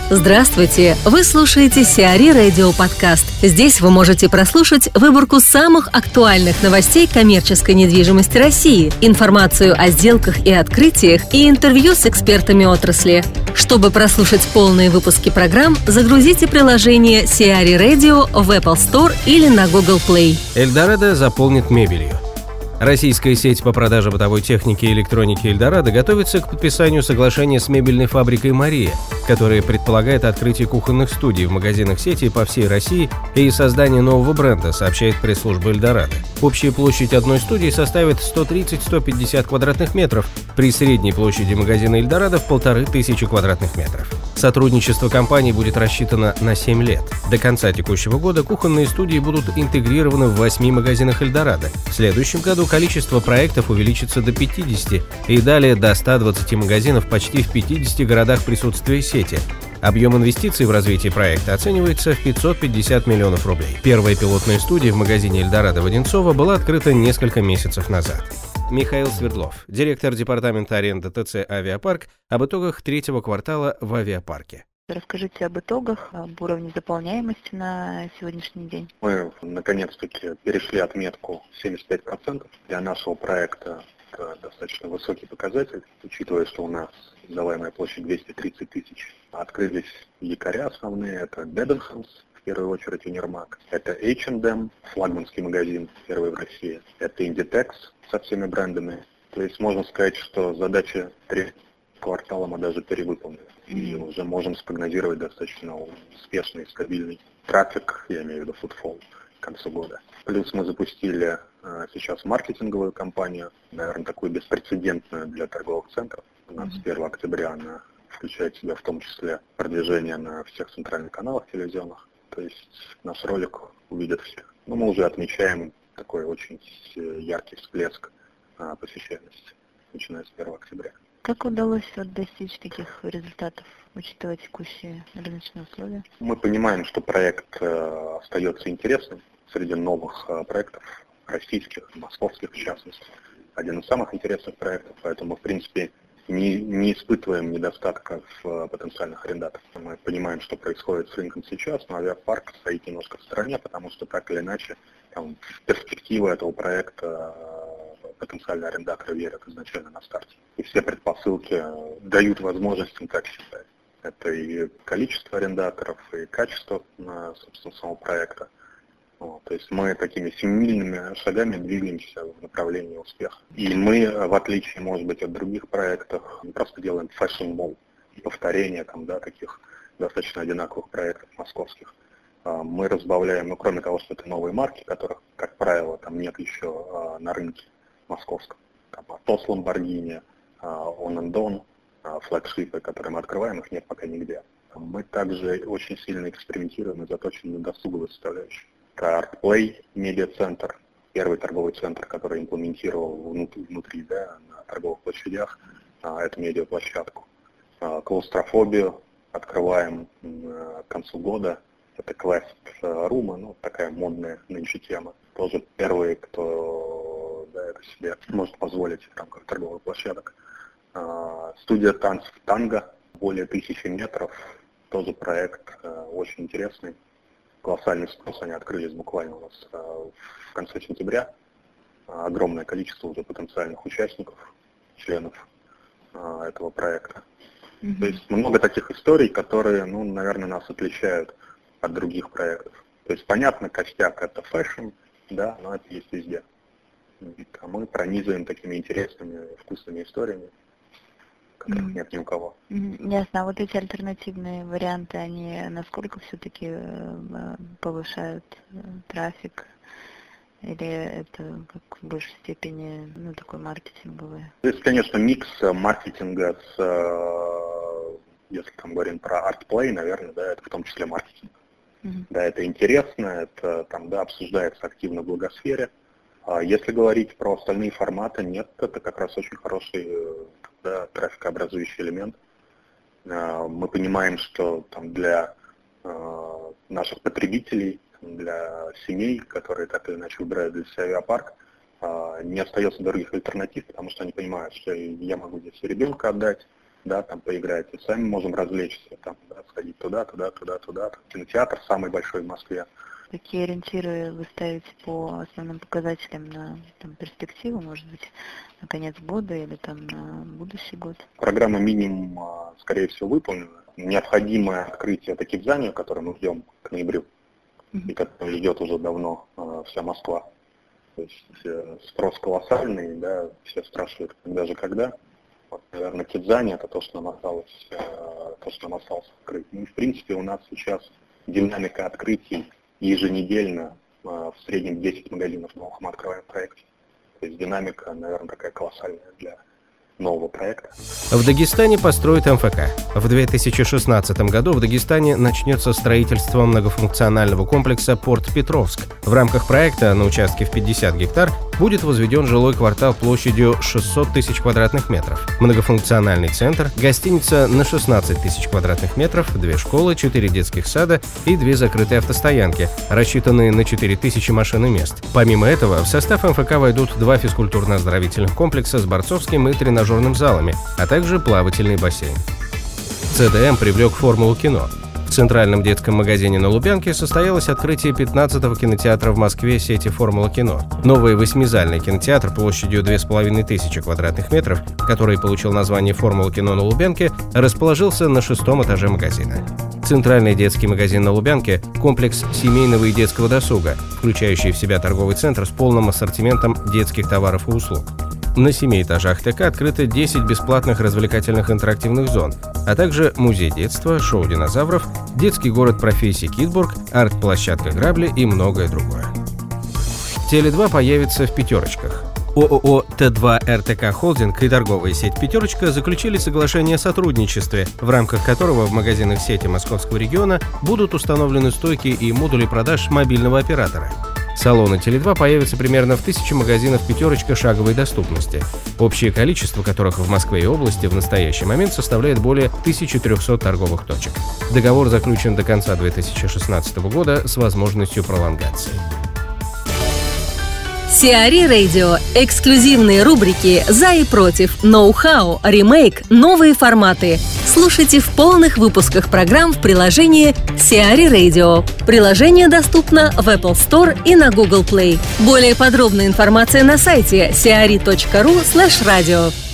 Здравствуйте! Вы слушаете Сиари Радио Подкаст. Здесь вы можете прослушать выборку самых актуальных новостей коммерческой недвижимости России, информацию о сделках и открытиях и интервью с экспертами отрасли. Чтобы прослушать полные выпуски программ, загрузите приложение Сиари Radio в Apple Store или на Google Play. Эльдорадо заполнит мебелью. Российская сеть по продаже бытовой техники и электроники «Эльдорадо» готовится к подписанию соглашения с мебельной фабрикой «Мария», которое предполагает открытие кухонных студий в магазинах сети по всей России и создание нового бренда, сообщает пресс-служба «Эльдорадо». Общая площадь одной студии составит 130-150 квадратных метров, при средней площади магазина «Эльдорадо» в 1500 квадратных метров. Сотрудничество компаний будет рассчитано на 7 лет. До конца текущего года кухонные студии будут интегрированы в 8 магазинах «Эльдорадо». В следующем году количество проектов увеличится до 50 и далее до 120 магазинов почти в 50 городах присутствия сети. Объем инвестиций в развитие проекта оценивается в 550 миллионов рублей. Первая пилотная студия в магазине «Эльдорадо» в Одинцово была открыта несколько месяцев назад. Михаил Свердлов, директор департамента аренды ТЦ «Авиапарк», об итогах третьего квартала в авиапарке. Расскажите об итогах, об уровне заполняемости на сегодняшний день. Мы наконец-таки перешли отметку 75%. Для нашего проекта это достаточно высокий показатель, учитывая, что у нас сдаваемая площадь 230 тысяч. Открылись якоря основные, это Debenhams, в первую очередь Универмаг, это H&M, флагманский магазин, первый в России, это Inditex со всеми брендами. То есть можно сказать, что задачи 3 квартала мы даже перевыполнили. И уже можем спрогнозировать достаточно успешный и стабильный трафик, я имею в виду футфол, к концу года. Плюс мы запустили сейчас маркетинговую кампанию, наверное, такую беспрецедентную для торговых центров. У нас с 1 октября она включает в себя в том числе продвижение на всех центральных каналах телевизионных. То есть наш ролик увидят все. Но мы уже отмечаем такой очень яркий всплеск посещаемости, начиная с 1 октября. Как удалось достичь таких результатов, учитывая текущие рыночные условия? Мы понимаем, что проект остается интересным среди новых проектов, российских, московских в частности. Один из самых интересных проектов, поэтому, в принципе, не испытываем недостатка в потенциальных арендаторах. Мы понимаем, что происходит с рынком сейчас, но авиапарк стоит немножко в стороне, потому что так или иначе в перспективу этого проекта потенциальные арендаторы верят изначально на старте. И все предпосылки дают возможность им так считать. Это и количество арендаторов, и качество, собственно, самого проекта. То есть мы такими семимильными шагами двигаемся в направлении успеха. И мы, в отличие, может быть, от других проектов, не просто делаем fashion mall и повторение таких достаточно одинаковых проектов московских. Мы разбавляем, кроме того, что это новые марки, которых, как правило, там нет еще на рынке московском. Atos, Lamborghini, On & On, флагшипы, которые мы открываем, их нет пока нигде. Мы также очень сильно экспериментируем и заточены на досуговую составляющую. Это ArtPlay, медиацентр, первый торговый центр, который имплементировал внутри на торговых площадях эту медиаплощадку. Клаустрофобию открываем к концу года. Это Quest Room, такая модная нынче тема. Тоже первые, кто это себе может позволить в рамках торговых площадок. Студия танцев «Танго», более 1000 метров, тоже проект очень интересный. Колоссальный спрос, они открылись буквально у нас в конце сентября. Огромное количество уже потенциальных участников, членов этого проекта. То есть много таких историй, которые, наверное, нас отличают от других проектов. То есть понятно, костяк это фэшн, да, но это есть везде. А мы пронизываем такими интересными, вкусными историями, которых нет ни у кого. Ясно. А вот эти альтернативные варианты, они насколько все-таки повышают трафик? Или это как в большей степени такой маркетинговый? То есть, конечно, микс маркетинга если там говорим про ArtPlay, наверное, да, это в том числе маркетинг. Да, это интересно, это обсуждается активно в блогосфере. А если говорить про остальные форматы, нет, это как раз очень хороший трафикообразующий элемент. Мы понимаем, что для наших потребителей, для семей, которые так или иначе выбирают для себя авиапарк, не остается других альтернатив, потому что они понимают, что я могу здесь ребенка отдать, да, там поиграть, и сами можем развлечься, там, да, сходить туда. Кинотеатр самый большой в Москве. Какие ориентиры вы ставите по основным показателям на перспективу, может быть, на конец года или на будущий год? Программа минимум, скорее всего, выполнена. Необходимое открытие Кидзани, которое мы ждем к ноябрю, и которое идет уже давно вся Москва. То есть спрос колоссальный, да, все спрашивают, когда. Вот, наверное, Кидзани это то, что нам осталось открыть. Ну, в принципе, у нас сейчас динамика открытий еженедельно, в среднем 10 магазинов новых мы открываем в проекте. То есть динамика, наверное, такая колоссальная для нового проекта. В Дагестане построят МФК. В 2016 году в Дагестане начнется строительство многофункционального комплекса «Порт Петровск». В рамках проекта на участке в 50 гектар будет возведен жилой квартал площадью 600 тысяч квадратных метров, многофункциональный центр, гостиница на 16 тысяч квадратных метров, 2 школы, 4 детских сада и 2 закрытые автостоянки, рассчитанные на 4000 машин и мест. Помимо этого, в состав МФК войдут 2 физкультурно-оздоровительных комплекса с борцовским и тренажерным залами, а также плавательный бассейн. ЦДМ привлек «Формулу кино». В Центральном детском магазине на Лубянке состоялось открытие 15-го кинотеатра в Москве сети «Формула кино». Новый 8-зальный кинотеатр площадью 2500 квадратных метров, который получил название «Формула кино на Лубянке», расположился на 6-м этаже магазина. Центральный детский магазин на Лубянке – комплекс семейного и детского досуга, включающий в себя торговый центр с полным ассортиментом детских товаров и услуг. На 7 этажах ТК открыто 10 бесплатных развлекательных интерактивных зон, а также музей детства, шоу динозавров, детский город профессий Китбург, арт-площадка Грабли и многое другое. Теле2 появится в «Пятерочках». ООО «Т2 РТК Холдинг» и торговая сеть «Пятерочка» заключили соглашение о сотрудничестве, в рамках которого в магазинах сети Московского региона будут установлены стойки и модули продаж мобильного оператора. Салоны Теле2 появятся примерно в 1000 магазинов «Пятерочка» шаговой доступности, общее количество которых в Москве и области в настоящий момент составляет более 1300 торговых точек. Договор заключен до конца 2016 года с возможностью пролонгации. Сиари Радио. Эксклюзивные рубрики «За и против», «Ноу-хау», «Ремейк», «Новые форматы». Слушайте в полных выпусках программ в приложении Сиари Radio. Приложение доступно в Apple Store и на Google Play. Более подробная информация на сайте siari.ru/radio.